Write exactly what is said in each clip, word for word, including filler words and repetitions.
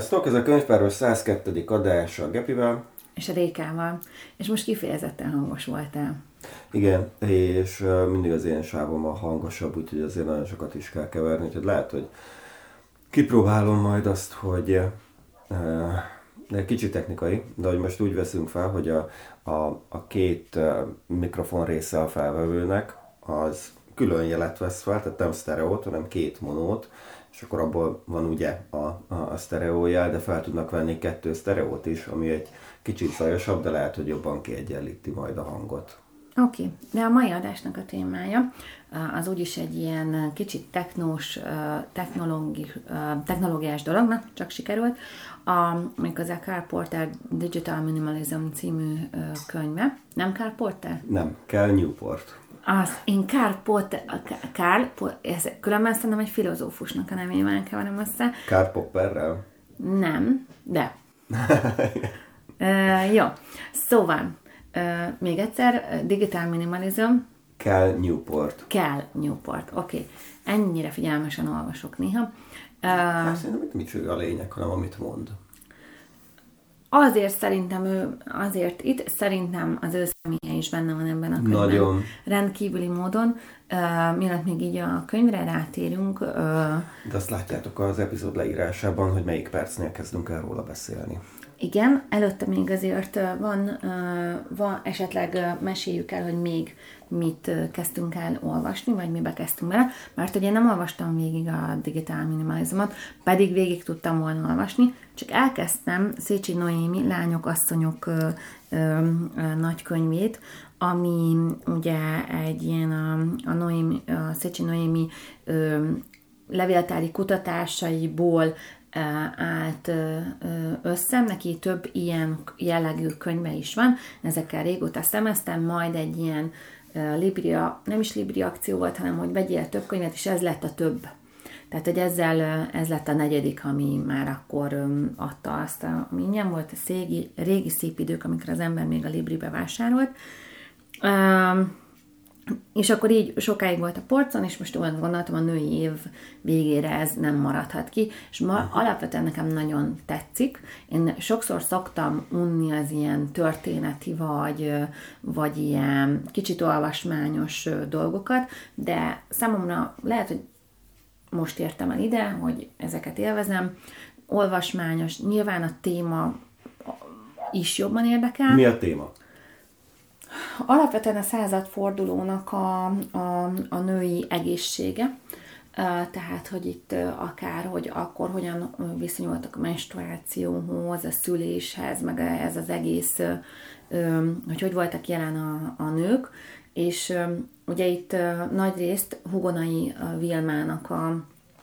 Sziasztok! Ez a Könyvpáros száz kettő. adása a Gepivel. És a Rékával. És most kifejezetten hangos voltál. Igen, és mindig az én sávom a hangosabb, úgyhogy azért nagyon sokat is kell keverni. Úgyhogy lehet, hogy kipróbálom majd azt, hogy de kicsit technikai, de hogy most úgy veszünk fel, hogy a, a, a két mikrofon része a felvevőnek az külön jelet vesz fel, tehát nem sztereót, hanem két monót, és akkor abból van ugye a, a, a sztereójel, de fel tudnak venni kettő sztereót is, ami egy kicsit zajosabb, de lehet, hogy jobban kiegyenlíti majd a hangot. Oké, okay. De a mai adásnak a témája az úgyis egy ilyen kicsit technós, technológi, technológiás dolognak, csak sikerült, amikor a Karl Porter Digital Minimalism című könyve. Nem Karl Porter? Nem, Cal Newport. Az, én Karl Porter, Karl, ez különben szerintem egy filozófusnak a nevével keverem össze. Karl Popperrel? Nem, de. uh, jó, szóval, uh, még egyszer, Digital Minimalism. Cal Newport. Cal Newport, oké. Okay. Ennyire figyelmesen olvasok néha. Uh, hát szerintem mit ő a lényeg, hanem amit mond. Azért szerintem ő, azért itt szerintem az ő személye is benne van ebben a könyvben. Nagyon. Rendkívüli módon. Uh, mielőtt még így a könyvre rátérünk. Uh, De azt látjátok az epizód leírásában, hogy melyik percnél kezdünk el róla beszélni. Igen, előtte még azért van, van esetleg meséljük el, hogy még mit kezdtünk el olvasni, vagy mibe kezdtünk bele, mert ugye én nem olvastam végig a Digital Minimalizmot, pedig végig tudtam volna olvasni, csak elkezdtem Szécsi Noémi Lányok, asszonyok ö, ö, nagykönyvét, ami ugye egy ilyen a, a, Noémi, a Szécsi Noémi ö, levéltári kutatásaiból állt össze, neki több ilyen jellegű könyve is van, ezekkel régóta szemeztem, majd egy ilyen libria, nem is libria akció volt, hanem hogy vegyél több könyvet, és ez lett a több. Tehát, hogy ezzel ez lett a negyedik, ami már akkor adta azt, ami ingyen volt, a szégi, régi szép idők, amikor az ember még a Libribe vásárolt. És akkor így sokáig volt a polcon, és most olyan gondoltam, a női év végére ez nem maradhat ki, és ma alapvetően nekem nagyon tetszik. Én sokszor szoktam unni az ilyen történeti, vagy, vagy ilyen kicsit olvasmányos dolgokat, de számomra lehet, hogy most értem el ide, hogy ezeket élvezem. Olvasmányos, nyilván a téma is jobban érdekel. Mi a téma? Alapvetően a századfordulónak a, a, a női egészsége, tehát, hogy itt akár, hogy akkor hogyan viszonyultak a menstruációhoz, a szüléshez, meg ez az egész, hogy hogy voltak jelen a, a nők, és ugye itt nagy részt Hugonai Vilmának a,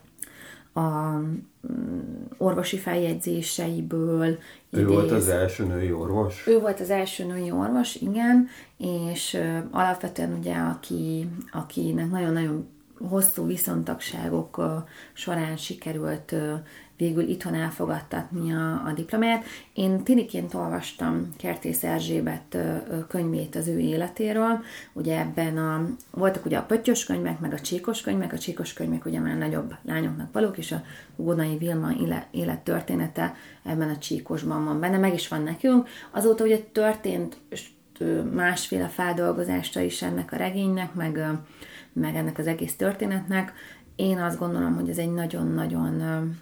a orvosi feljegyzéseiből Ő idéz. Volt az első női orvos? Ő volt az első női orvos, igen, és alapvetően ugye, aki, akinek nagyon-nagyon hosszú viszontagságok során sikerült végül itthon elfogadtatni a, a diplomáját. Én tiniként olvastam Kertész Erzsébet könyvét az ő életéről. Ugye ebben a, voltak ugye a pöttyös könyvek, meg a csíkos könyvek. A csíkos könyvek ugye már nagyobb lányoknak valók, és a Hugonai Vilma élettörténete ebben a csíkosban van benne, meg is van nekünk. Azóta ugye történt másféle feldolgozása is ennek a regénynek, meg, meg ennek az egész történetnek. Én azt gondolom, hogy ez egy nagyon-nagyon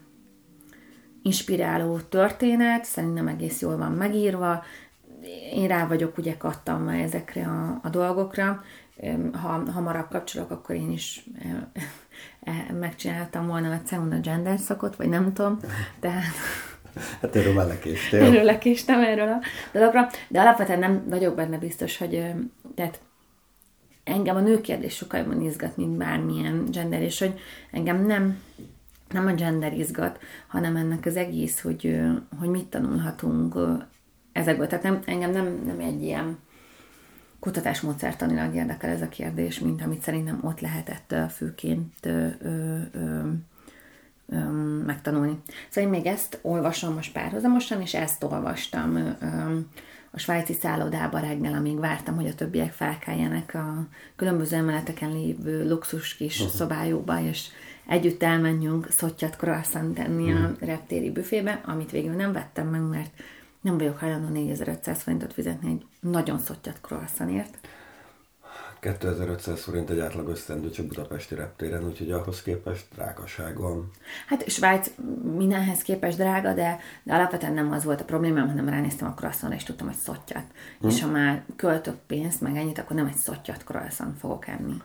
inspiráló történet, szerintem egész jól van megírva. Én rá vagyok ugye kattanva ezekre a, a dolgokra. Ha hamarabb kapcsolok, akkor én is megcsináltam volna a Ceuna gender szakot, vagy nem tudom. Tehát... Hát erről már lekéstél. Erről lekéstem, erről a dologra. De alapvetően nem vagyok benne biztos, hogy tehát engem a nőkérdés sokkal jobban izgat, mint bármilyen gender, és hogy engem nem nem a gender izgat, hanem ennek az egész, hogy, hogy mit tanulhatunk ezekből. Tehát nem, engem nem, nem egy ilyen kutatásmódszertanilag érdekel ez a kérdés, mint amit szerintem ott lehetett főként ö, ö, ö, ö, megtanulni. Szóval én még ezt olvasom most párhuzamosan, és ezt olvastam ö, ö, a svájci szállodába reggel, amíg vártam, hogy a többiek felkeljenek a különböző emeleteken lévő luxus kis uh-huh. szobájóba, és együtt elmenjünk szottyat croissant tenni Hmm. a reptéri büfébe, amit végül nem vettem meg, mert nem vagyok hajlandó négyezer-ötszáz forintot fizetni egy nagyon szottyat croissantért. kétezer-ötszáz forint egy átlagos szendvics a budapesti reptéren, úgyhogy ahhoz képest drágaságon. Hát Svájc mindenhez képest drága, de, de alapvetően nem az volt a problémám, hanem ránéztem a croissantra, és tudtam, hogy szottyat. Hm. És ha már költök pénzt, meg ennyit, akkor nem egy szottyat croissant fogok enni.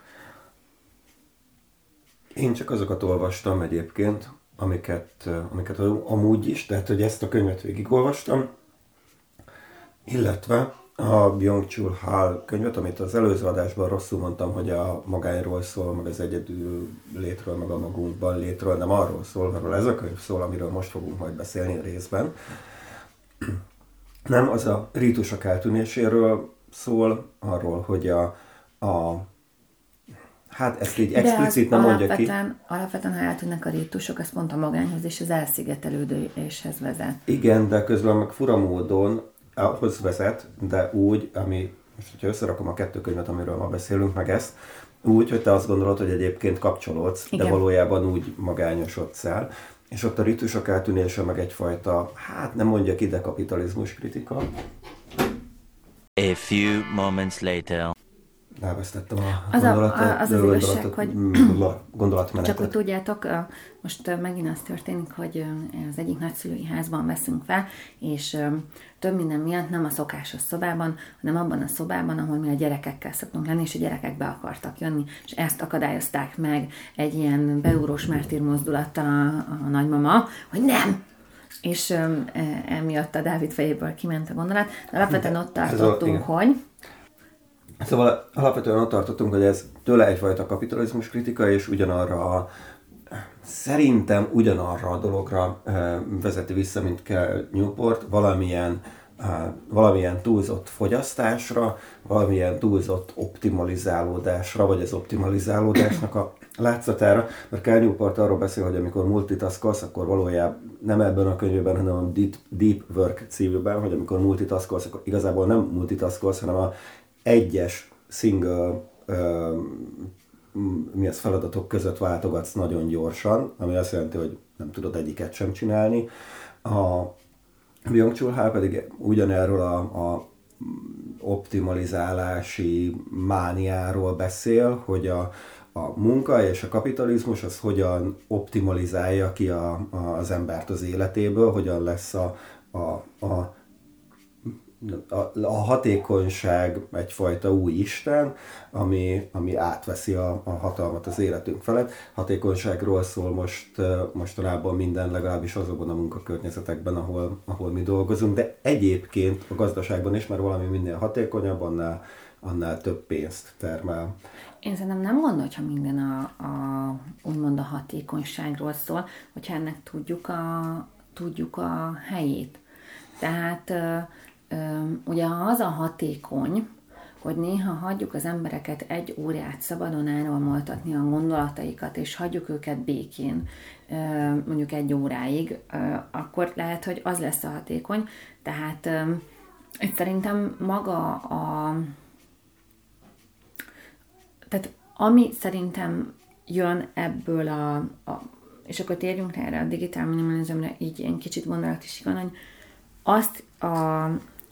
Én csak azokat olvastam egyébként, amiket, amiket amúgy is, tehát hogy ezt a könyvet végigolvastam, illetve a Byung-Chul Han könyvet, amit az előző adásban rosszul mondtam, hogy a magányról szól, meg az egyedül létről, meg a magunkban létről, nem arról szól, arról ez a könyv szól, amiről most fogunk majd beszélni részben. Nem, az a rítusok eltűnéséről szól, arról, hogy a, a hát ezt így explicit nem mondja ki. Alapvetően, ha eltűnnek a rítusok, az pont a magányhoz és az elszigetelődéshez vezet. Igen, de közben meg fura módon ahhoz vezet, de úgy, ami, most hogyha összerakom a kettő könyvet, amiről ma beszélünk, meg ezt, úgy, hogy te azt gondolod, hogy egyébként kapcsolódsz, igen, de valójában úgy magányosodsz el. És ott a rítusok eltűnése meg egyfajta, hát nem mondja ki, de kapitalizmus kritika. A few moments later. Elvesztettem a az gondolatot, a, az, az igazság, hogy gondolatmenetet. Csak hogy tudjátok, most megint az történik, hogy az egyik nagyszülői házban veszünk fel, és több minden miatt nem a szokásos szobában, hanem abban a szobában, ahol mi a gyerekekkel szoktunk lenni, és a gyerekek be akartak jönni, és ezt akadályozták meg egy ilyen beúrós mártír mozdulattal a, a nagymama, hogy nem! És emiatt a Dávid fejéből kiment a gondolat. De alapvetően ott tartottunk, hogy... Szóval alapvetően ott tartottunk, hogy ez tőle egyfajta kapitalizmus kritika, és ugyanarra a, szerintem ugyanarra a dologra e, vezeti vissza, mint Cal Newport, valamilyen, e, valamilyen túlzott fogyasztásra, valamilyen túlzott optimalizálódásra, vagy az optimalizálódásnak a látszatára, mert Cal Newport arról beszél, hogy amikor multitaskolsz, akkor valójában nem ebben a könyvben, hanem a Deep, Deep Work címűben, hogy amikor multitaskolsz, akkor igazából nem multitaskolsz, hanem a egyes single uh, mi az feladatok között váltogatsz nagyon gyorsan, ami azt jelenti, hogy nem tudod egyiket sem csinálni. A Byung-Chul Han pedig ugyanerről a, a optimalizálási mániáról beszél, hogy a, a munka és a kapitalizmus az hogyan optimalizálja ki a, a, az embert az életéből, hogyan lesz a, a, a A, a hatékonyság egyfajta új isten, ami, ami átveszi a, a hatalmat az életünk felett. Hatékonyságról szól most mostanában minden, legalábbis azokban a munkakörnyezetekben, ahol, ahol mi dolgozunk, de egyébként a gazdaságban is, mert valami minél hatékonyabb, annál, annál több pénzt termel. Én szerintem nem gondol, hogyha minden a, a, úgymond a hatékonyságról szól, hogyha ennek tudjuk a, tudjuk a helyét. Tehát ugye az a hatékony, hogy néha hagyjuk az embereket egy órát szabadon elromoltatni a gondolataikat, és hagyjuk őket békén mondjuk egy óráig, akkor lehet, hogy az lesz a hatékony. Tehát itt szerintem maga a... Tehát ami szerintem jön ebből a... a és akkor térjünk rá erre a digitál minimalizmre, így egy kicsit gondolat is van, hogy azt a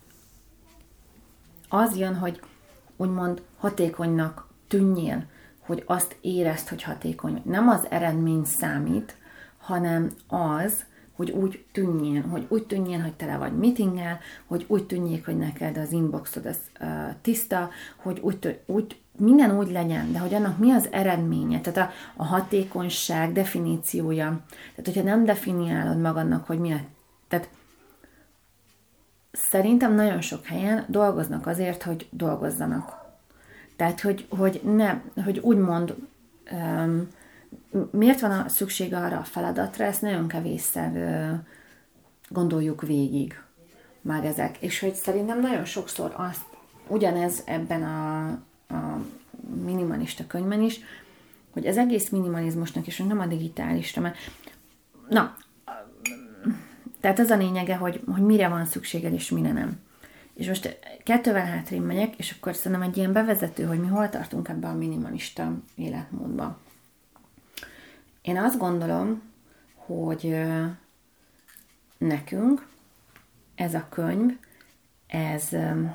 az jön, hogy úgymond hatékonynak tűnjél, hogy azt érezd, hogy hatékony. Nem az eredmény számít, hanem az, hogy úgy tűnjél, hogy úgy tűnjél, hogy tele vagy meetinggel, hogy úgy tűnjék, hogy neked az inboxod az uh, tiszta, hogy úgy, úgy, minden úgy legyen, de hogy annak mi az eredménye, tehát a, a hatékonyság definíciója. Tehát, hogyha nem definiálod magadnak, hogy mi a... Tehát szerintem nagyon sok helyen dolgoznak azért, hogy dolgozzanak. Tehát, hogy, hogy, ne, hogy úgymond um, miért van a szükség arra a feladatra, ezt nagyon kevésszer uh, gondoljuk végig már ezek. És hogy szerintem nagyon sokszor azt, ugyanez ebben a, a minimalista könyvben is, hogy az egész minimalizmusnak, és nem a digitálisra, mert na, tehát az a lényege, hogy, hogy mire van szükséged, és mire nem. És most kettővel hátrébb megyek, és akkor szerintem egy ilyen bevezető, hogy mi hol tartunk ebben a minimalista életmódban. Én azt gondolom, hogy nekünk ez a könyv, ez...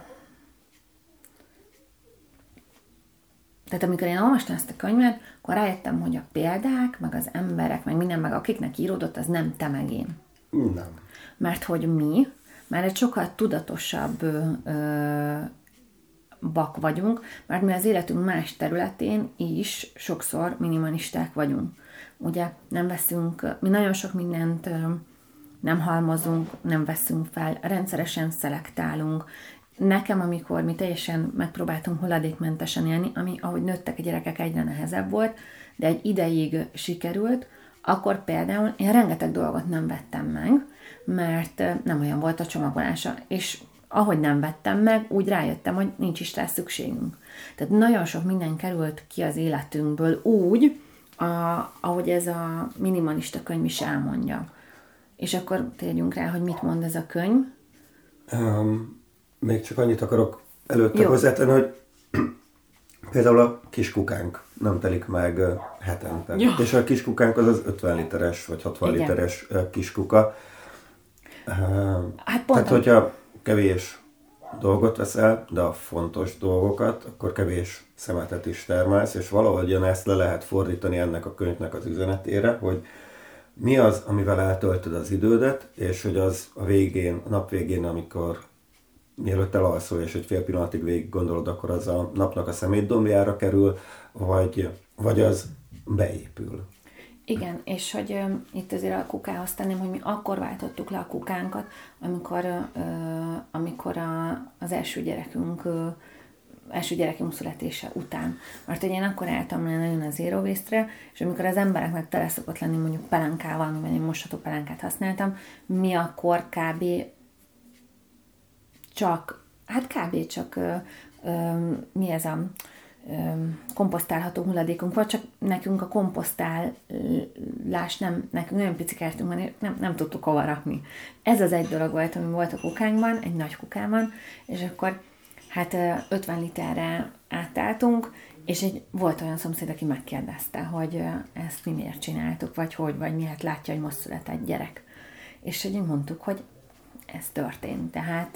Tehát amikor én olvastam ezt a könyvet, akkor rájöttem, hogy a példák, meg az emberek, meg minden, meg akiknek íródott, az nem te meg én. Nem. Mert hogy mi már egy sokkal tudatosabb ö, bak vagyunk, mert mi az életünk más területén is sokszor minimalisták vagyunk. Ugye nem veszünk, mi nagyon sok mindent ö, nem halmozunk, nem veszünk fel, rendszeresen szelektálunk. Nekem, amikor mi teljesen megpróbáltunk hulladékmentesen élni, ami ahogy nőttek a gyerekek egyre nehezebb volt, de egy ideig sikerült, akkor például én rengeteg dolgot nem vettem meg, mert nem olyan volt a csomagolása, és ahogy nem vettem meg, úgy rájöttem, hogy nincs is rá szükségünk. Tehát nagyon sok minden került ki az életünkből úgy, a, ahogy ez a minimalista könyv is elmondja. És akkor térjünk rá, hogy mit mond ez a könyv. Um, még csak annyit akarok előtte hozzátenni, hogy például a kiskukánk nem telik meg hetente. Jó. És a kiskukánk az az ötven literes vagy hatvan Igen. literes kiskuka. Hát Tehát, hogyha kevés dolgot veszel, de a fontos dolgokat, akkor kevés szemetet is termelsz, és valahogy ezt le lehet fordítani ennek a könyvnek az üzenetére, hogy mi az, amivel eltöltöd az idődet, és hogy az a végén, a nap végén, amikor mielőtt elalszol, és egy fél pillanatig végig gondolod, akkor az a napnak a szemétdombjára kerül, vagy, vagy az beépül. Igen, és hogy ö, itt azért a kukához tenném, hogy mi akkor váltottuk le a kukánkat, amikor, ö, amikor a, az első gyerekünk ö, első gyerekünk születése után. Mert hogy én akkor álltam le nagyon az zero waste-re, és amikor az embereknek tele szokott lenni mondjuk pelenkával, vagy én mosható pelenkát használtam, mi akkor kb. csak, hát kb. csak ö, ö, mi ez a ö, komposztálható hulladékunk volt, csak nekünk a komposztálás nem, nekünk nagyon pici kertünk van, nem, nem tudtuk hova rakni. Ez az egy dolog volt, ami volt a kukánkban, egy nagy kukában, és akkor hát ötven literre átálltunk, és egy, volt olyan szomszéd, aki megkérdezte, hogy ezt mi miért csináltuk, vagy hogy, vagy miért látja, hogy most született gyerek. És hogy mondtuk, hogy ez történt. Tehát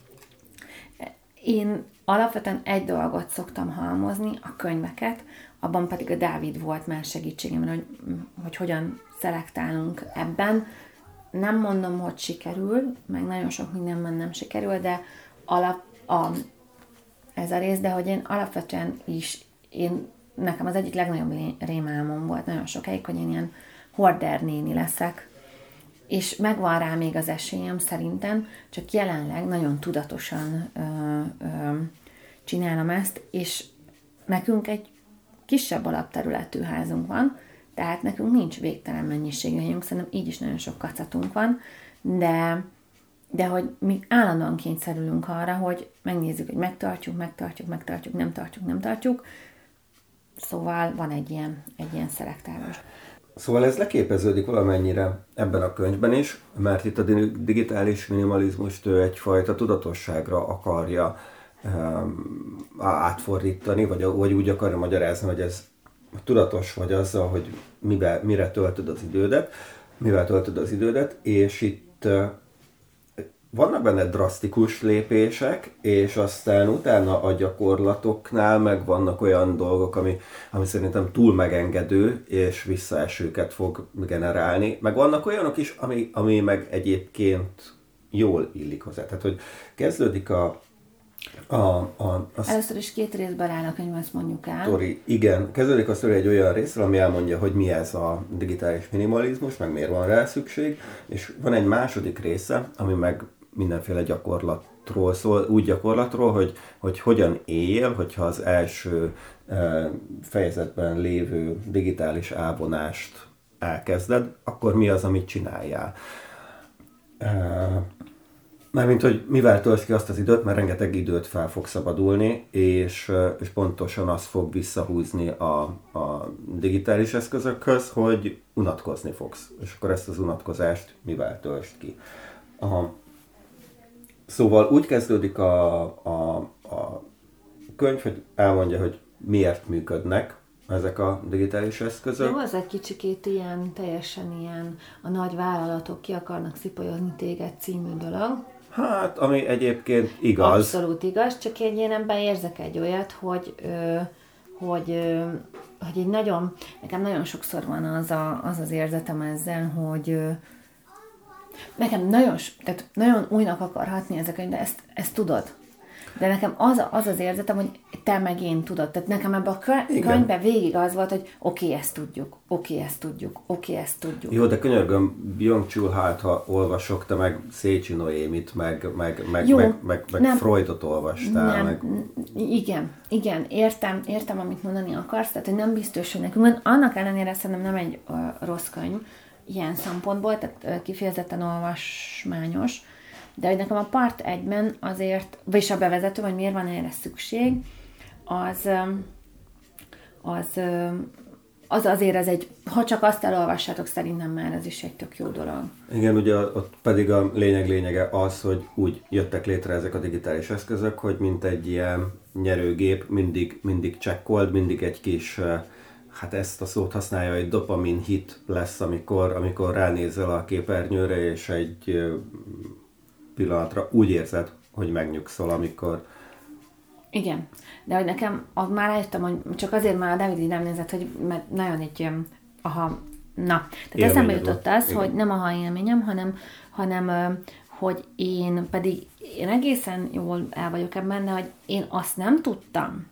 én alapvetően egy dolgot szoktam halmozni, a könyveket, abban pedig a Dávid volt már segítségem, hogy, hogy hogyan szelektálunk ebben. Nem mondom, hogy sikerül, meg nagyon sok mindenben nem sikerül, de alap, a, ez a rész, de hogy én alapvetően is, én, nekem az egyik legnagyobb rémálmom volt nagyon sokáig, hogy én ilyen horder néni leszek, és megvan rá még az esélyem szerintem, csak jelenleg nagyon tudatosan ö, ö, csinálom ezt, és nekünk egy kisebb alapterületű házunk van, tehát nekünk nincs végtelen mennyiségű helyünk, szerintem így is nagyon sok kacatunk van, de, de hogy mi állandóan kényszerülünk arra, hogy megnézzük, hogy megtartjuk, megtartjuk, megtartjuk, nem tartjuk, nem tartjuk, szóval van egy ilyen, egy ilyen szelektálás. Szóval ez leképeződik valamennyire ebben a könyvben is, mert itt a digitális minimalizmust ő egyfajta tudatosságra akarja um, átfordítani, vagy, vagy úgy akarja magyarázni, hogy ez tudatos vagy azzal, hogy mivel, mire töltöd az idődet, mivel töltöd az idődet, és itt uh, vannak benne drasztikus lépések, és aztán utána a gyakorlatoknál meg vannak olyan dolgok, ami, ami szerintem túl megengedő, és visszaesőket fog generálni. Meg vannak olyanok is, ami, ami meg egyébként jól illik hozzá. Tehát, hogy kezdődik a... a, a, a Először is két részben áll a könyv, ezt mondjuk el. Story, igen, kezdődik a sztori egy olyan részről, ami elmondja, hogy mi ez a digitális minimalizmus, meg miért van rá szükség, és van egy második része, ami meg mindenféle gyakorlatról szól, úgy gyakorlatról, hogy, hogy hogyan éljél, hogyha az első e, fejezetben lévő digitális elvonást elkezded, akkor mi az, amit csináljál. E, Mármint, hogy mivel töltsd ki azt az időt, mert rengeteg időt fel fog szabadulni, és, és pontosan az fog visszahúzni a, a digitális eszközökhöz, hogy unatkozni fogsz. És akkor ezt az unatkozást mivel töltsd ki. A, Szóval úgy kezdődik a, a, a könyv, hogy elmondja, hogy miért működnek ezek a digitális eszközök. Jó, az egy kicsikét ilyen, teljesen ilyen a nagy vállalatok ki akarnak szipolyozni téged című dolog. Hát, ami egyébként igaz. Abszolút igaz, csak én én ebben érzek egy olyat, hogy, ö, hogy, ö, hogy így nagyon, nekem nagyon sokszor van az a, az, az érzetem ezzel, hogy ö, nekem nagyon, tehát nagyon újnak akar hatni ezek, de ezt, ezt tudod. De nekem az, az az érzetem, hogy te meg én tudod. Tehát nekem ebben a könyvben végig az volt, hogy oké, okay, ezt tudjuk, oké, okay, ezt tudjuk, oké, okay, ezt tudjuk. Jó, de könyörgöm, Byung-Chul Hát, ha olvasok, te meg Széchenyi Noémit, meg, meg, meg, Jó, meg, meg, meg nem, Freudot olvastál. Nem, meg... igen, igen, értem, értem, amit mondani akarsz, tehát hogy nem biztos, hogy nekünk, annak ellenére szerintem nem egy uh, rossz könyv ilyen szempontból, tehát uh, kifejezetten olvasmányos, de hogy nekem a part egyben azért, vagyis a bevezető, vagy miért van erre szükség, az, az, az azért ez egy, ha csak azt elolvassátok, szerintem már ez is egy tök jó dolog. Igen, ugye ott pedig a lényeg lényege az, hogy úgy jöttek létre ezek a digitális eszközök, hogy mint egy ilyen nyerőgép, mindig, mindig csekkold, mindig egy kis, hát ezt a szót használja, egy dopamin hit lesz, amikor, amikor ránézel a képernyőre, és egy pillanatra úgy érzed, hogy megnyugszol, amikor... Igen, de hogy nekem már rájöttem, hogy csak azért már a Dávid így nem nézett, hogy mert nagyon egy, aha, na. Tehát eszembe jutott az, igen, hogy nem aha élményem, hanem, hanem hogy én pedig, én egészen jól el vagyok ebben, de hogy én azt nem tudtam.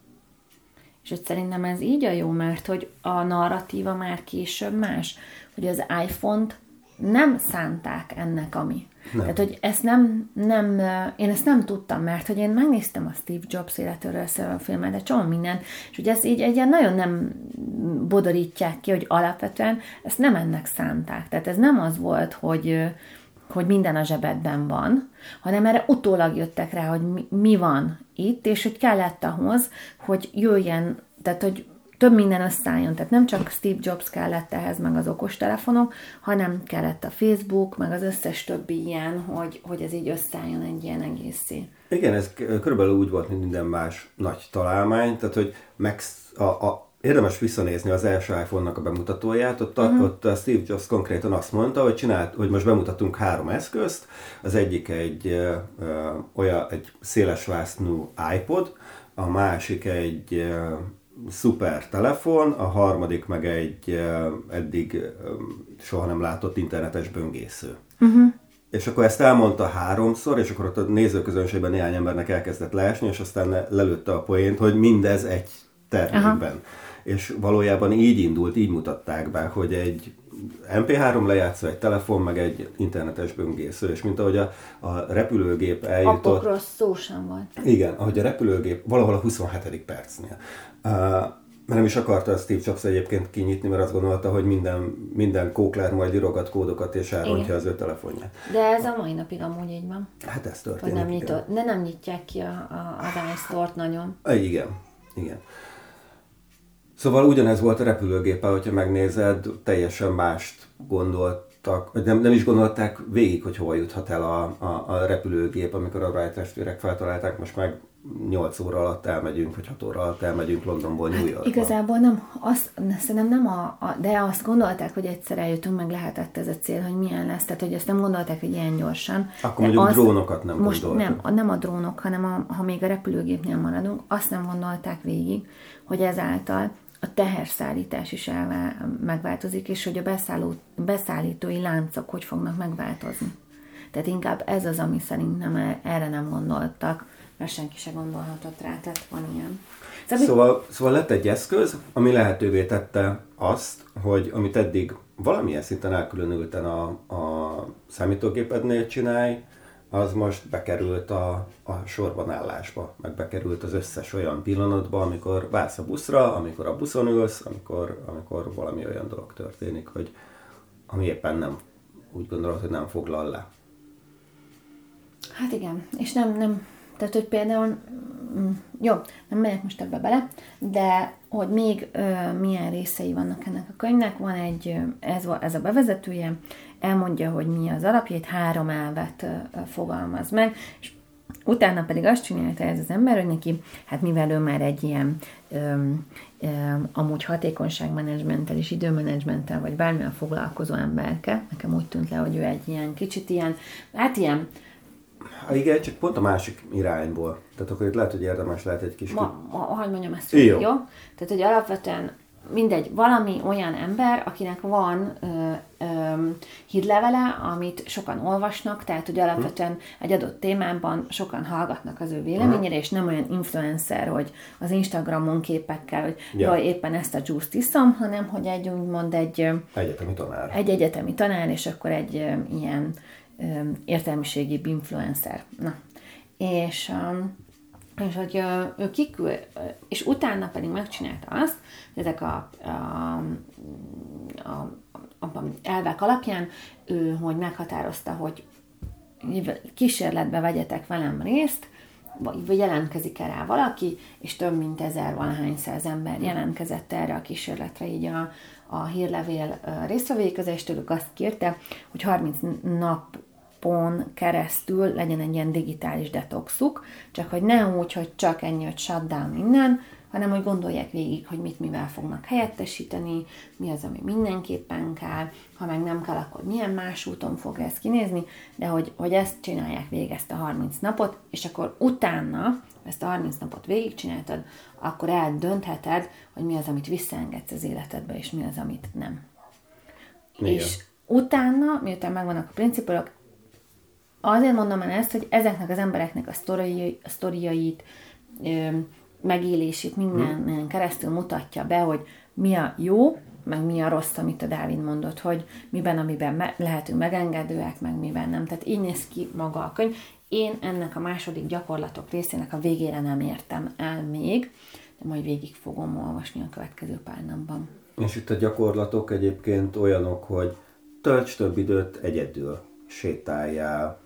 És hogy szerintem ez így a jó, mert hogy a narratíva már később más, hogy az iPhone-t nem szánták ennek, ami. Nem. Tehát, hogy ezt nem, nem, én ezt nem tudtam, mert hogy én megnéztem a Steve Jobs életéről szóló filmet, de csomó minden, és hogy ezt így egyen nagyon nem bodorítják ki, hogy alapvetően ezt nem ennek szánták. Tehát ez nem az volt, hogy, hogy minden a zsebedben van, hanem erre utólag jöttek rá, hogy mi, mi van itt, és hogy kellett ahhoz, hogy jöjjen, tehát, hogy több minden összeálljon, tehát nem csak Steve Jobs kellett ehhez, meg az okostelefonok, hanem kellett a Facebook, meg az összes többi ilyen, hogy, hogy ez így összeálljon egy ilyen egészé. Igen, ez körülbelül úgy volt, mint minden más nagy találmány, tehát hogy meg a, a, érdemes visszanézni az első iPhone-nak a bemutatóját, ott a, uh-huh. ott a Steve Jobs konkrétan azt mondta, hogy, csinált, hogy most bemutatunk három eszközt, az egyik egy, ö, ö, olyan, egy szélesvásznú iPod, a másik egy ö, szuper telefon, a harmadik meg egy uh, eddig um, soha nem látott internetes böngésző. Uh-huh. És akkor ezt elmondta háromszor, és akkor ott a nézőközönségben néhány embernek elkezdett leesni, és aztán lelőtte a poént, hogy mindez egy termékben. Uh-huh. És valójában így indult, így mutatták be, hogy egy em pé három lejátszó, egy telefon, meg egy internetes böngésző, és mint ahogy a, a repülőgép eljutott... Apokról szó sem volt. Igen, ahogy a repülőgép valahol a huszonhetedik percnél. Uh, mert nem is akarta Steve Jobs egyébként kinyitni, mert azt gondolta, hogy minden, minden kóklár majd írogat kódokat és elrontja igen. az ő telefonját. De ez a mai napig amúgy így van. Hát ez történik. Nem nyitott, de nem nyitják ki a, a, az iStore-t nagyon. Igen, igen. Szóval ugyanez volt a repülőgéppel, hogyha megnézed, teljesen mást gondoltak, nem, nem is gondolták végig, hogy hova juthat el a, a, a repülőgép, amikor a Wright testvérek feltalálták, most meg nyolc óra alatt elmegyünk, vagy hat óra alatt elmegyünk Londonból New Yorkba. Hát igazából nem, azt, szerintem nem a, a, de azt gondolták, hogy egyszer eljutunk, meg lehetett ez a cél, hogy milyen lesz, tehát hogy ezt nem gondolták, hogy ilyen gyorsan. Akkor mondjuk azt, drónokat nem most gondoltak. Nem, nem a drónok, hanem a, ha még a repülőgépnél maradunk, azt nem gondolták végig, hogy ezáltal a teherszállítás is elvá, megváltozik, és hogy a beszálló, beszállítói láncok hogy fognak megváltozni. Tehát inkább ez az, ami szerintem erre nem gondoltak, mert senki se gondolhatott rá, tehát van ilyen. Szóval, szóval, szóval lett egy eszköz, ami lehetővé tette azt, hogy amit eddig valamilyen szinten elkülönülten a, a számítógépednél csinálj, az most bekerült a, a sorbanállásba, meg bekerült az összes olyan pillanatba, amikor vársz a buszra, amikor a buszon ülsz, amikor, amikor valami olyan dolog történik, hogy ami éppen nem, úgy gondolod, hogy nem foglal le. Hát igen, és nem, nem, tehát hogy például, jó, nem megyek most ebbe bele, de hogy még ö, milyen részei vannak ennek a könyvnek, van egy, ez, ez a bevezetője, elmondja, hogy mi az alapja, egy három elvet ö, fogalmaz meg, és Utána pedig azt csinálta ez az ember, hogy neki, hát mivel ő már egy ilyen öm, öm, amúgy hatékonyságmenedzsmenttel és időmenedzsmenttel, vagy bármilyen foglalkozó emberke, nekem úgy tűnt le, hogy ő egy ilyen kicsit ilyen, hát ilyen... Ha igen, csak pont a másik irányból. Tehát akkor itt lehet, hogy érdemes lehet egy kis... Ma, ma, hogy mondjam ezt, jó. jó? Tehát, hogy alapvetően mindegy, valami olyan ember, akinek van ö, ö, hírlevele, amit sokan olvasnak, tehát, hogy alapvetően egy adott témában sokan hallgatnak az ő véleményére, és nem olyan influencer, hogy az Instagramon képekkel, hogy ja. jaj, éppen ezt a juice-t iszom, hanem, hogy egy úgymond egy... Egyetemi tanár. Egy egyetemi tanár, és akkor egy ö, ilyen ö, értelmiségi influencer. Na. És... Ö, és hogy ö, ő kikül, és utána pedig megcsinálta azt, hogy ezek a, a, a, a, a elvek alapján ő, hogy meghatározta, hogy kísérletbe vegyetek velem részt, vagy jelentkezik rá valaki, és több mint ezer valahány száz ember jelentkezett erre a kísérletre, így a, a hírlevél résztvevői közé, és tőlük azt kérte, hogy harminc nap pon keresztül legyen egy ilyen digitális detoxuk, csak hogy ne úgy, hogy csak ennyi, hogy shutdown minden, hanem hogy gondolják végig, hogy mit mivel fognak helyettesíteni, mi az, ami mindenképpen kell, ha meg nem kell, akkor milyen más úton fog ez kinézni, de hogy, hogy ezt csinálják végig, ezt a harminc napot, és akkor utána, ezt a harminc napot végigcsináltad, akkor eldöntheted, hogy mi az, amit visszaengedsz az életedbe, és mi az, amit nem. Igen. És utána, miután megvannak a principolok, azért mondom el ezt, hogy ezeknek az embereknek a sztoriai, a sztoriait, ö, megélését minden hmm. keresztül mutatja be, hogy mi a jó, meg mi a rossz, amit a Dávid mondott, hogy miben, amiben me- lehetünk megengedőek, meg miben nem. Tehát így néz ki maga a könyv. Én ennek a második gyakorlatok részének a végére nem értem el még, de majd végig fogom olvasni a következő pár napban. És itt a gyakorlatok egyébként olyanok, hogy tölts több időt egyedül, sétáljál,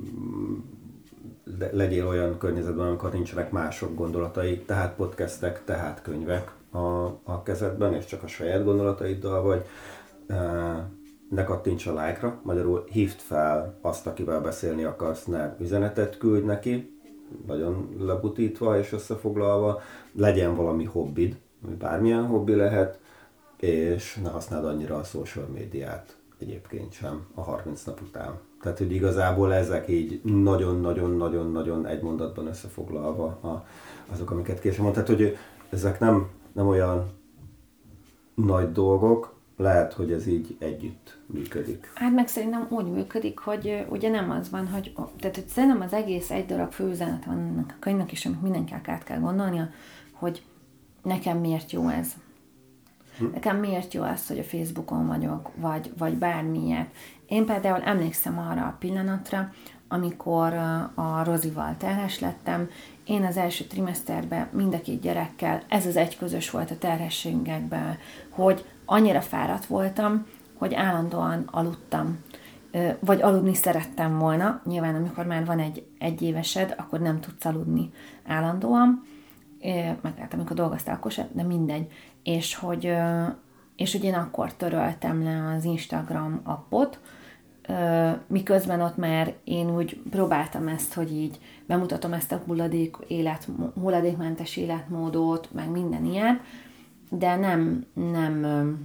legyél olyan környezetben, amikor nincsenek mások gondolatai, tehát podcastek, tehát könyvek a, a kezedben, és csak a saját gondolataiddal vagy. Ne kattints a like-ra, magyarul hívd fel azt, akivel beszélni akarsz, ne üzenetet küldj neki, nagyon lebutítva és összefoglalva, legyen valami hobbid, ami bármilyen hobbi lehet, és ne használd annyira a social médiát egyébként sem a harminc nap után. Tehát, hogy igazából ezek így nagyon-nagyon-nagyon-nagyon egy mondatban összefoglalva a, azok, amiket később mondtad. Tehát, hogy ezek nem, nem olyan nagy dolgok, lehet, hogy ez így együtt működik. Hát meg szerintem úgy működik, hogy ugye nem az van, hogy, tehát, hogy szerintem az egész egy darab főüzenet van ennek a könyvnek, és amit mindenkinek át kell gondolnia, hogy nekem miért jó ez. Hm. Nekem miért jó az, hogy a Facebookon vagyok, vagy, vagy bármilyet. Én például emlékszem arra a pillanatra, amikor a Rozival terhes lettem. Én az első trimeszterben mind a két gyerekkel, ez az egy közös volt a terhességekben, hogy annyira fáradt voltam, hogy állandóan aludtam. Vagy aludni szerettem volna. Nyilván, amikor már van egy egyévesed, akkor nem tudsz aludni állandóan. Meg hát amikor dolgoztál, akkor sem, de mindegy. És hogy, és hogy én akkor töröltem le az Instagram appot, miközben ott már én úgy próbáltam ezt, hogy így bemutatom ezt a hulladék élet, hulladékmentes életmódot, meg minden ilyen, de nem, nem,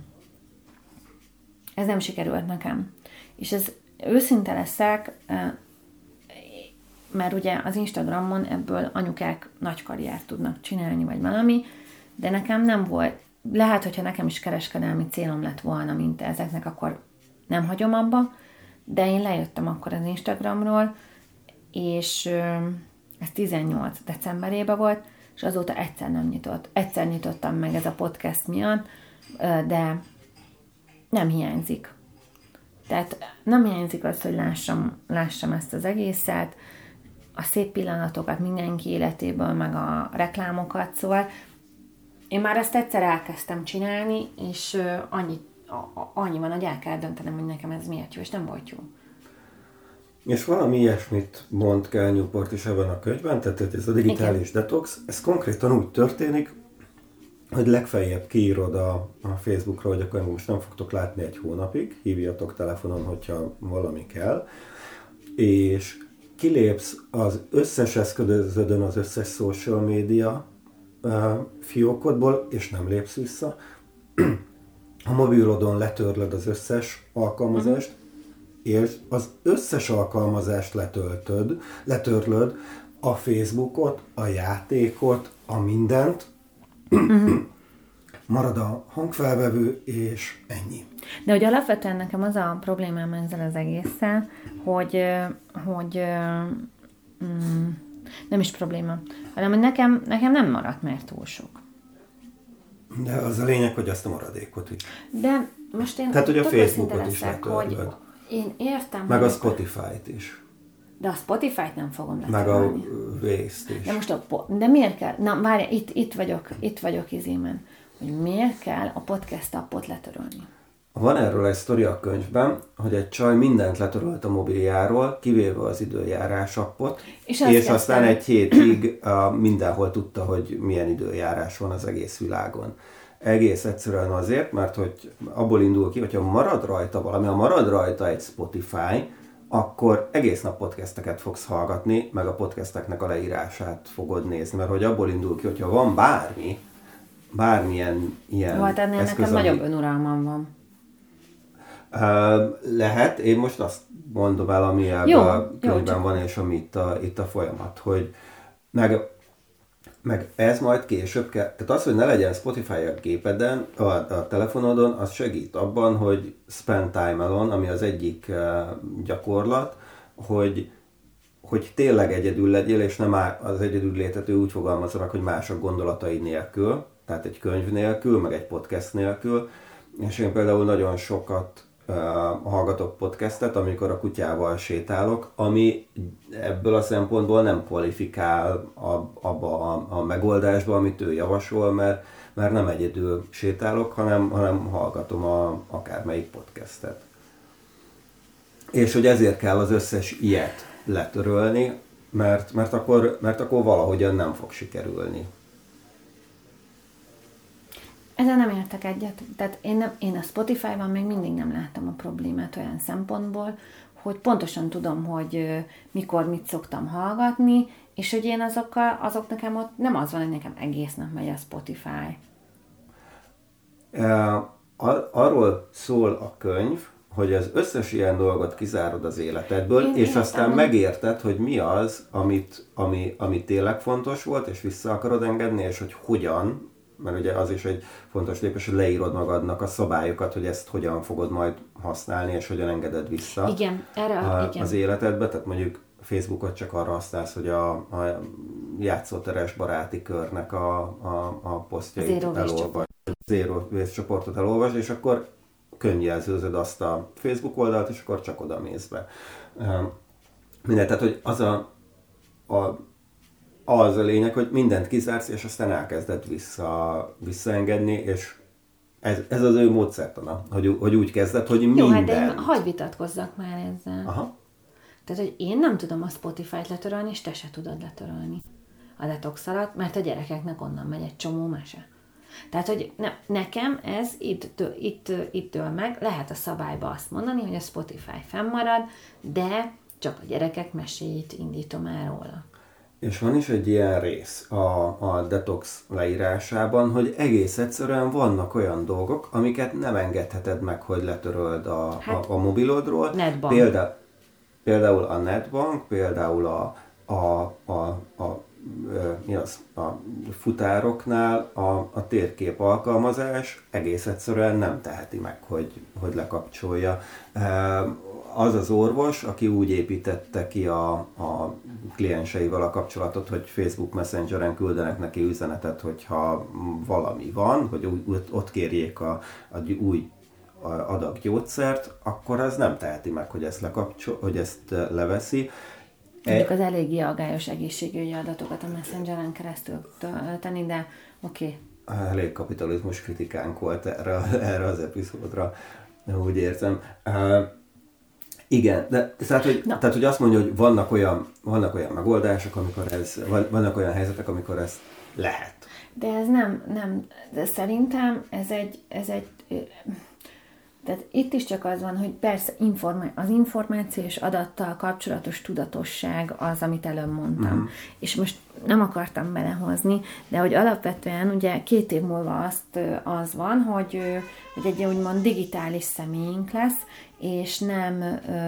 ez nem sikerült nekem. És ez őszinte leszek, mert ugye az Instagramon ebből anyukák nagy karriert tudnak csinálni, vagy valami, de nekem nem volt, lehet, hogyha nekem is kereskedelmi célom lett volna, mint ezeknek, akkor nem hagyom abba, de én lejöttem akkor az Instagramról, és ez tizennyolc decemberében volt, és azóta egyszer nem nyitott. Egyszer nyitottam meg ez a podcast miatt, de nem hiányzik. Tehát nem hiányzik az, hogy lássam, lássam ezt az egészet, a szép pillanatokat mindenki életéből, meg a reklámokat, szóval én már ezt egyszer elkezdtem csinálni, és annyi, annyi van, hogy el kell döntenem, hogy nekem ez miért jó, és nem volt jó. És valami ilyesmit mond Cal Newport is ebben a könyvben, tehát ez a digitális Igen. detox, ez konkrétan úgy történik, hogy legfeljebb kiírod a, a Facebookra, hogy akkor most nem fogtok látni egy hónapig, hívjatok telefonon, hogyha valami kell, és kilépsz az összes eszközödön, az összes social media uh, fiókodból, és nem lépsz vissza. A mobilodon letörlöd az összes alkalmazást, uh-huh. és az összes alkalmazást letöltöd, letörlöd, a Facebookot, a játékot, a mindent, uh-huh. marad a hangfelvevő, és ennyi. De hogy alapvetően nekem az a problémám ezzel az egésszel, hogy, hogy mm, nem is probléma, hanem hogy nekem, nekem nem maradt már túl sok. De az a lényeg, hogy azt a maradékot is. De most én... Tehát, hogy a Facebookot is letörlöd. Én értem. Meg a Spotify-t is. De a Spotify-t nem fogom letörölni. Meg a Waze-t is. De most a... De miért kell? Na, várj, itt, itt vagyok, itt vagyok izémen. Hogy miért kell a podcast appot letörölni? Van erről egy sztori a könyvben, hogy egy csaj mindent letörölt a mobiljáról, kivéve az időjárás appot, és, és aztán egy hétig uh, mindenhol tudta, hogy milyen időjárás van az egész világon. Egész egyszerűen azért, mert hogy abból indul ki, hogyha marad rajta valami, ha marad rajta egy Spotify, akkor egész nap podcasteket fogsz hallgatni, meg a podcasteknek a leírását fogod nézni, mert hogy abból indul ki, hogyha van bármi, bármilyen ilyen hát ennél eszköz, nekem ami... nagyobb önuralmam van. Uh, lehet, én most azt mondom el, ami jó, a könyvben jó, van, és ami itt a, itt a folyamat, hogy meg, meg ez majd később kell, tehát az, hogy ne legyen Spotify a gépeden, a, a telefonodon, az segít abban, hogy spend time alone, ami az egyik uh, gyakorlat, hogy, hogy tényleg egyedül legyél, és nem az egyedül létet úgy fogalmazza meg, hogy mások gondolatai nélkül, tehát egy könyv nélkül, meg egy podcast nélkül, és én például nagyon sokat uh, hallgatok podcastet, amikor a kutyával sétálok, ami ebből a szempontból nem kvalifikál a, abba a, a megoldásba, amit ő javasol, mert, mert nem egyedül sétálok, hanem, hanem hallgatom a, akármelyik podcastet. És hogy ezért kell az összes ilyet letörölni, mert, mert, akkor, mert akkor valahogyan nem fog sikerülni. Ezzel nem értek egyet. Tehát én, nem, én a Spotify-ban még mindig nem láttam a problémát olyan szempontból, hogy pontosan tudom, hogy mikor mit szoktam hallgatni, és hogy én azokkal, azok nekem ott nem az van, hogy nekem egész nap megy a Spotify. Ar- arról szól a könyv, hogy az összes ilyen dolgot kizárod az életedből, én és értem, aztán megérted, hogy mi az, amit, ami, ami tényleg fontos volt, és vissza akarod engedni, és hogy hogyan, mert ugye az is egy fontos lépés, hogy leírod magadnak a szabályokat, hogy ezt hogyan fogod majd használni, és hogyan engeded vissza igen, erre, a, igen. az életedbe. Tehát mondjuk Facebookot csak arra használsz, hogy a, a játszóteres baráti körnek a, a, a posztjait elolvasd, Zero Waste csoportot elolvasd, és akkor könyvjelzőzöd azt a Facebook oldalt, és akkor csak oda mész be. Minden, tehát, hogy az a, a az a lényeg, hogy mindent kizársz, és aztán elkezded vissza, visszaengedni, és ez, ez az ő módszertana, hogy, hogy úgy kezded, hogy mindent. Jó, hát de én hagyj vitatkozzak már ezzel. Aha. Tehát, hogy én nem tudom a Spotify-t letörölni, és te se tudod letörölni a detox alatt, mert a gyerekeknek onnan megy egy csomó mese. Tehát, hogy ne, nekem ez itt, itt, itt dől meg, lehet a szabályba azt mondani, hogy a Spotify fennmarad, de csak a gyerekek meséit indítom el róla. És van is egy ilyen rész a, a detox leírásában, hogy egész egyszerűen vannak olyan dolgok, amiket nem engedheted meg, hogy letöröld a, hát, a, a mobilodról. Netbank. Példa, például a netbank, például a, a, a, a, mi az, a futároknál a, a térkép alkalmazás egész egyszerűen nem teheti meg, hogy, hogy lekapcsolja. Az az orvos, aki úgy építette ki a, a klienseivel a kapcsolatot, hogy Facebook Messengeren küldenek neki üzenetet, hogyha valami van, hogy ott kérjék a, a új adag gyógyszert, akkor az nem teheti meg, hogy ezt, lekapcsol, hogy ezt leveszi. Mondjuk az eléggé aggályos egészségügyi adatokat a Messengeren keresztül tenni, de oké. Okay. Elég kapitalizmus kritikánk volt erre, erre az epizódra, úgy érzem. Igen, de tehát hogy, tehát, hogy azt mondja, hogy vannak olyan, vannak olyan megoldások, amikor ez, vannak olyan helyzetek, amikor ez lehet. De ez nem, nem, de szerintem ez egy, ez egy Tehát itt is csak az van, hogy persze informá- az információ és adattal kapcsolatos tudatosság az, amit előbb mondtam. Uh-huh. És most nem akartam belehozni, de hogy alapvetően ugye két év múlva azt, az van, hogy, hogy egy úgymond digitális személyünk lesz, és nem,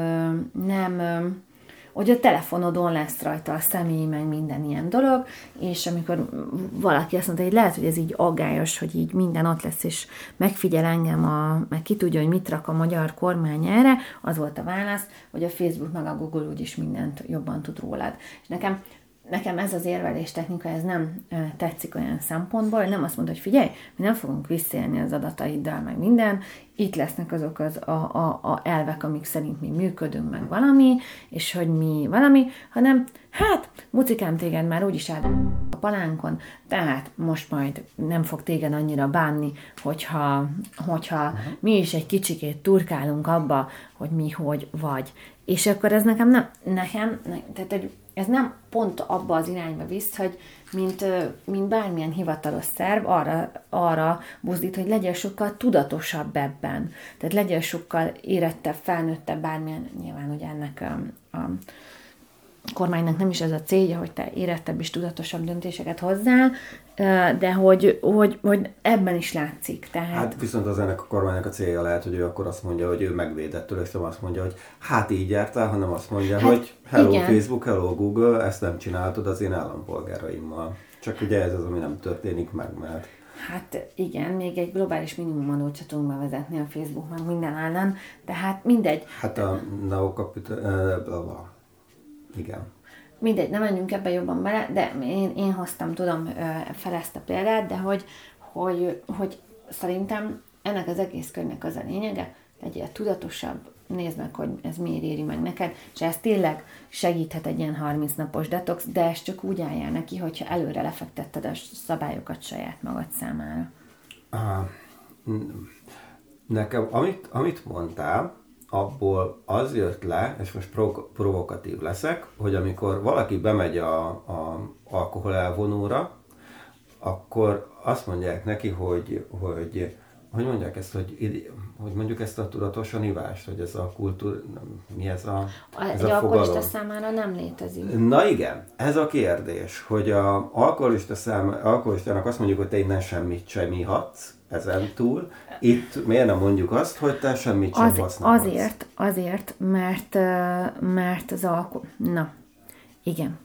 nem hogy a telefonodon lesz rajta a személy, meg minden ilyen dolog, és amikor valaki azt mondta, hogy lehet, hogy ez így aggályos, hogy így minden ott lesz, és megfigyel engem, a, meg ki tudja, hogy mit rak a magyar kormány erre, az volt a válasz, hogy a Facebook meg a Google úgyis mindent jobban tud rólad. És nekem Nekem ez az érvelés technika, ez nem tetszik olyan szempontból, nem azt mondta, hogy figyelj, mi nem fogunk visszaélni az adataiddal, meg minden, itt lesznek azok az a, a, a elvek, amik szerint mi működünk, meg valami, és hogy mi valami, hanem hát, mucikám, téged már úgyis áll a palánkon, tehát most majd nem fog téged annyira bánni, hogyha, hogyha uh-huh. mi is egy kicsikét turkálunk abba, hogy mi hogy vagy. És akkor ez nekem nem, nekem, ne, tehát egy ez nem pont abba az irányba visz, hogy mint, mint bármilyen hivatalos szerv arra, arra buzdít, hogy legyen sokkal tudatosabb ebben. Tehát legyen sokkal érettebb, felnőttebb bármilyen, nyilván ugye ennek a, a kormánynak nem is ez a célja, hogy te érettebb és tudatosabb döntéseket hozzál, de hogy, hogy, hogy ebben is látszik. Tehát... Hát viszont az ennek a kormánynak a célja lehet, hogy ő akkor azt mondja, hogy ő megvédettől, és nem azt mondja, hogy hát így jártál, hanem azt mondja, hát, hogy hello igen. Facebook, hello Google, ezt nem csináltad az én állampolgáraimmal. Csak ugye ez az, ami nem történik meg, mert... Hát igen, még egy globális minimumon sem tudunk bevezetni a Facebook meg minden ellen, de hát mindegy. Hát a neokapital... Igen. Mindegy, nem menjünk ebbe jobban bele, de én, én hoztam, tudom, fel ezt a példát, de hogy, hogy, hogy szerintem ennek az egész könyvnek az a lényege, legyél tudatosabb, nézd meg, hogy ez miért éri meg neked, és ez tényleg segíthet egy ilyen harminc napos detox, de ezt csak úgy álljál neki, hogyha előre lefektetted a szabályokat saját magad számára. Ah, nekem, amit, amit mondtál, abból az jött le, és most prov- provokatív leszek, hogy amikor valaki bemegy a, a alkohol elvonóra, akkor azt mondják neki, hogy, hogy hogy mondják ezt, hogy, hogy mondjuk ezt a tudatosan ivást, hogy ez a kultúr, mi ez a, ez egy a alkoholista számára nem létezik. Na igen, ez a kérdés, hogy a alkoholista szám, alkoholistának azt mondjuk, hogy te innen semmit sem ihatsz, ezen túl. Itt miért nem mondjuk azt, hogy te semmit sem az, használhatsz? Azért, azért, mert, mert az alkohol... Na, igen.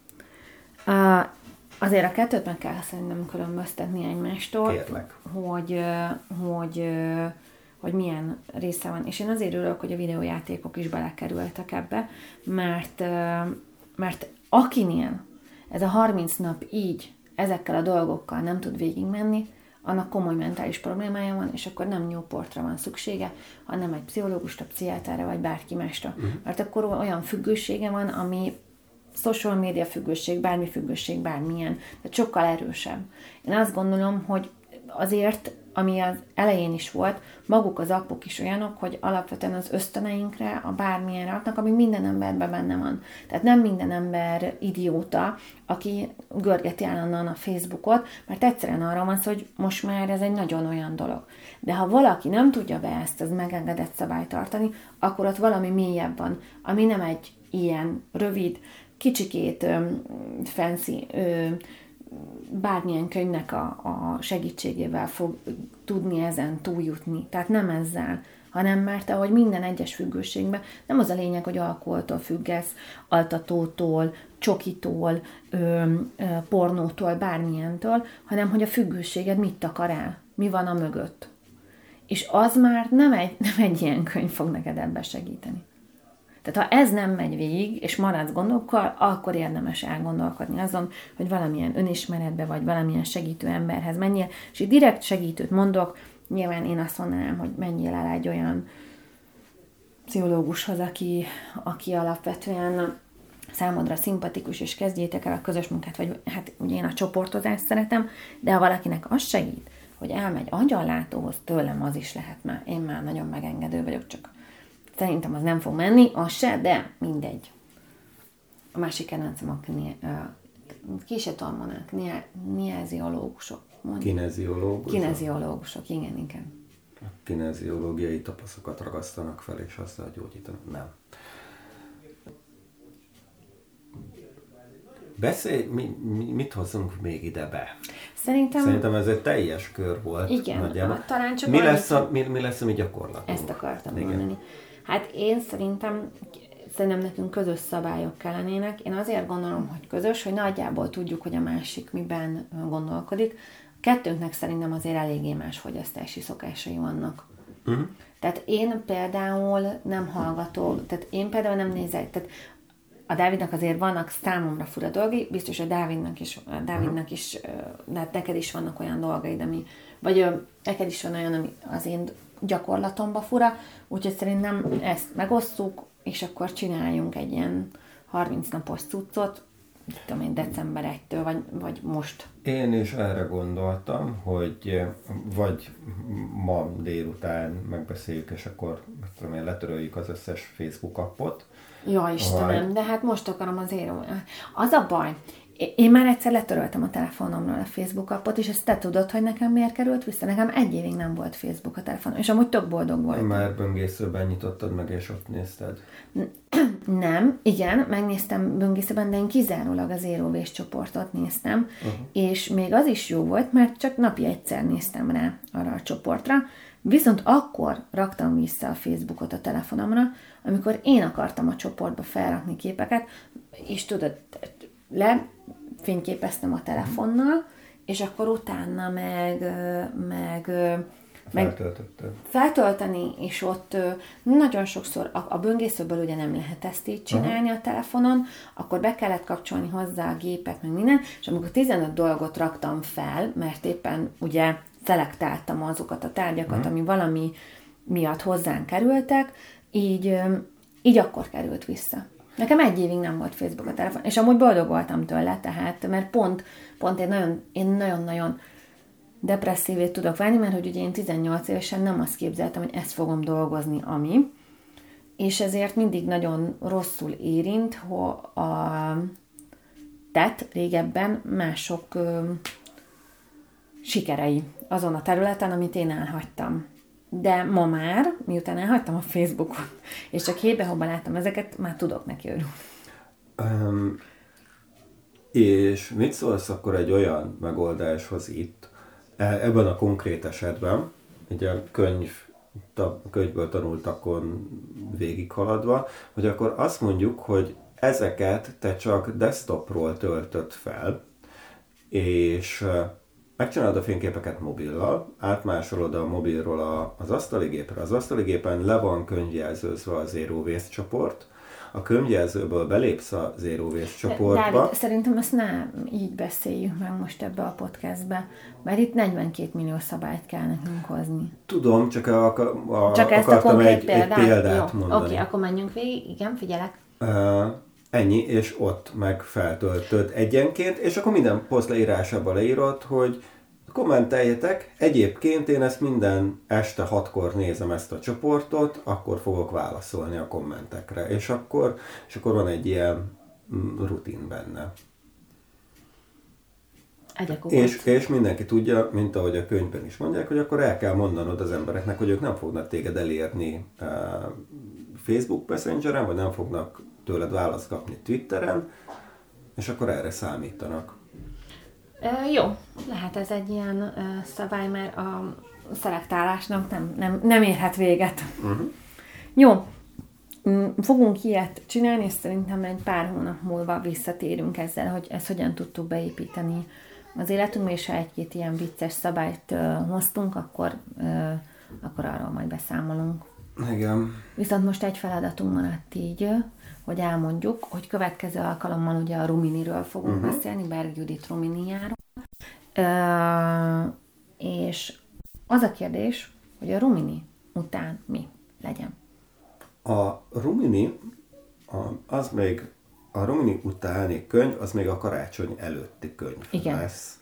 Uh, azért a kettőt meg kell szerintem különböztetni egymástól. Kérlek. Hogy, hogy, hogy milyen része van. És én azért örülök, hogy a videójátékok is belekerültek ebbe, mert, mert akinél ez a harminc nap így, ezekkel a dolgokkal nem tud végigmenni, annak komoly mentális problémája van, és akkor nem Newportra van szüksége, hanem egy pszichológusra, pszichiáterre, vagy bárki másra. Uh-huh. Mert akkor olyan függősége van, ami social media függőség, bármi függőség, bármilyen, tehát sokkal erősebb. Én azt gondolom, hogy azért, ami az elején is volt, maguk az appok is olyanok, hogy alapvetően az ösztöneinkre, a bármilyen raknak, ami minden emberben benne van. Tehát nem minden ember idióta, aki görgeti állandóan a Facebookot, mert egyszerűen arra van szó, hogy most már ez egy nagyon olyan dolog. De ha valaki nem tudja be ezt az megengedett szabályt tartani, akkor ott valami mélyebb van, ami nem egy ilyen rövid, kicsikét öm, fancy, öm, bármilyen könyvnek a, a segítségével fog tudni ezen túljutni. Tehát nem ezzel, hanem mert ahogy minden egyes függőségben nem az a lényeg, hogy alkoholtól függesz, altatótól, csokitól, ö, ö, pornótól, bármilyentől, hanem hogy a függőséged mit akar el, mi van a mögött. És az már nem egy, nem egy ilyen könyv fog neked ebben segíteni. Tehát ha ez nem megy végig, és maradsz gondokkal, akkor érdemes elgondolkodni azon, hogy valamilyen önismeretbe, vagy valamilyen segítő emberhez menjél. És így direkt segítőt mondok, nyilván én azt mondanám, hogy menjél el egy olyan pszichológushoz, aki, aki alapvetően számodra szimpatikus, és kezdjétek el a közös munkát, vagy hát ugye én a csoportozást szeretem, de ha valakinek az segít, hogy elmegy agyonlátóhoz, tőlem az is lehet már. Én már nagyon megengedő vagyok, csak szerintem az nem fog menni, az se, de mindegy. A másik kedvencem a kísértormonák, nieziológusok. Kineziológusok. Kineziológusok, igen, igen. kineziológiai tapaszokat ragasztanak fel, és azzal gyógyítanak. Nem. Beszélj, mi, mi, mit hozzunk még ide be? Szerintem... Szerintem ez egy teljes kör volt. Igen, a, talán csak mi, annyit, lesz a, mi, mi lesz a mi gyakorlatunk? Ezt akartam Igen. mondani. Hát én szerintem, szerintem nekünk közös szabályok kellenének. Én azért gondolom, hogy közös, hogy nagyjából tudjuk, hogy a másik miben gondolkodik. A kettőnknek szerintem azért eléggé más fogyasztási szokásai vannak. Uh-huh. Tehát én például nem hallgatok, tehát én például nem nézek, tehát a Dávidnak azért vannak számomra fura dolgai, biztos a Dávidnak is, a Dávidnak is, de neked is vannak olyan dolgaid, ami, vagy neked is van olyan, ami az én gyakorlatomba fura, úgyhogy szerintem ezt megosztjuk, és akkor csináljunk egy ilyen harminc napos cuccot, tudom én, december elsejétől, vagy, vagy most. Én is erre gondoltam, hogy vagy ma délután megbeszéljük, és akkor tudom én, letöröljük az összes Facebook appot. Ja, Istenem, de hát most akarom azért. Az a baj, én már egyszer letöröltem a telefonomról a Facebook appot, és ezt te tudod, hogy nekem miért került vissza? Nekem egy évig nem volt Facebook a telefonom, és amúgy tök boldog voltam. Már böngészőben nyitottad meg, és ott nézted? Nem, igen, megnéztem böngészőben, de én kizárólag az Zero Waste csoportot néztem, uh-huh. és még az is jó volt, mert csak napi egyszer néztem rá arra a csoportra, viszont akkor raktam vissza a Facebookot a telefonomra, amikor én akartam a csoportba felrakni képeket, és tudod, lefényképeztem a telefonnal, és akkor utána meg, meg, meg feltölteni, és ott nagyon sokszor a, a böngészőből ugye nem lehet ezt így csinálni a telefonon, akkor be kellett kapcsolni hozzá a gépet, meg minden, és amikor tizenöt dolgot raktam fel, mert éppen ugye szelektáltam azokat a tárgyakat, uh-huh. ami valami miatt hozzánk kerültek, így, így akkor került vissza. Nekem egy évig nem volt Facebook a telefon, és amúgy boldog voltam tőle, tehát, mert pont, pont én, nagyon, én nagyon-nagyon depresszívét tudok válni, mert hogy ugye én tizennyolc évesen nem azt képzeltem, hogy ezt fogom dolgozni, ami, és ezért mindig nagyon rosszul érint, hogy a tett régebben mások sikerei azon a területen, amit én elhagytam. De ma már, miután elhagytam a Facebookon, és csak hébe-hóban láttam ezeket, már tudok neki örülni. Um, és mit szólsz akkor egy olyan megoldáshoz itt, ebben a konkrét esetben, ugye a könyv, a könyvből tanultakon végighaladva, hogy akkor azt mondjuk, hogy ezeket te csak desktopról töltött fel, és megcsinálod a fényképeket mobillal, átmásolod a mobilról a, az asztali gépre. Az asztali gépen le van könyvjelzőzve a Zero Waste csoport, a könyvjelzőből belépsz a Zero Waste csoportba. Dávid, szerintem ezt nem így beszéljük meg most ebbe a podcastbe, mert itt negyvenkét millió szabályt kell nekünk hozni. Tudom, csak, a, a, csak akartam egy, egy példát Jó, mondani. Oké, okay, akkor menjünk végig. Igen, figyelek. Uh, ennyi, és ott meg feltöltöd egyenként, és akkor minden poszt leírásában leírod, hogy kommenteljetek, egyébként én ezt minden este hatkor nézem ezt a csoportot, akkor fogok válaszolni a kommentekre, és akkor, és akkor van egy ilyen rutin benne. És, és mindenki tudja, mint ahogy a könyvben is mondják, hogy akkor el kell mondanod az embereknek, hogy ők nem fognak téged elérni uh, Facebook Messengeren, vagy nem fognak tőled választ kapni Twitteren, és akkor erre számítanak. Uh, jó, lehet ez egy ilyen uh, szabály, mert a szelektálásnak nem, nem, nem érhet véget. Uh-huh. Jó, fogunk ilyet csinálni, és szerintem egy pár hónap múlva visszatérünk ezzel, hogy ezt hogyan tudtuk beépíteni az életünkbe, és ha egy-két ilyen vicces szabályt uh, hoztunk, akkor, uh, akkor arról majd beszámolunk. Igen. Viszont most egy feladatunk maradt így, hogy elmondjuk, hogy következő alkalommal ugye a Ruminiről fogunk uh-huh. beszélni, Berg Judit Ruminiáról. Uh, és az a kérdés, hogy a Rumini után mi legyen? A Rumini, az még, a Rumini utáni könyv, az még a karácsony előtti könyv Igen. lesz.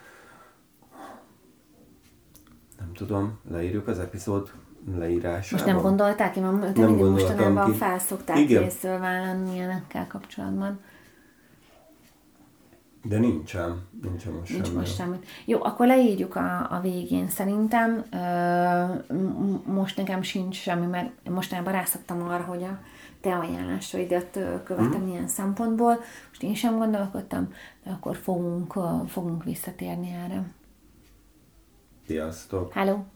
Nem tudom, leírjuk az epizód leírásában. Most nem gondolták ki, mert te mindig mostanában felszokták készülvállalni ilyenekkel kapcsolatban. De nincsen, nincsen most Nincs semmi. most semmit. Jó, akkor leírjuk a, a végén szerintem. Ö, most nekem sincs semmi, mert mostanában rászoktam arra, hogy a te ajánlásaidat követem mm. ilyen szempontból. Most én sem gondolkodtam, de akkor fogunk, fogunk visszatérni erre. Sziasztok! Hello!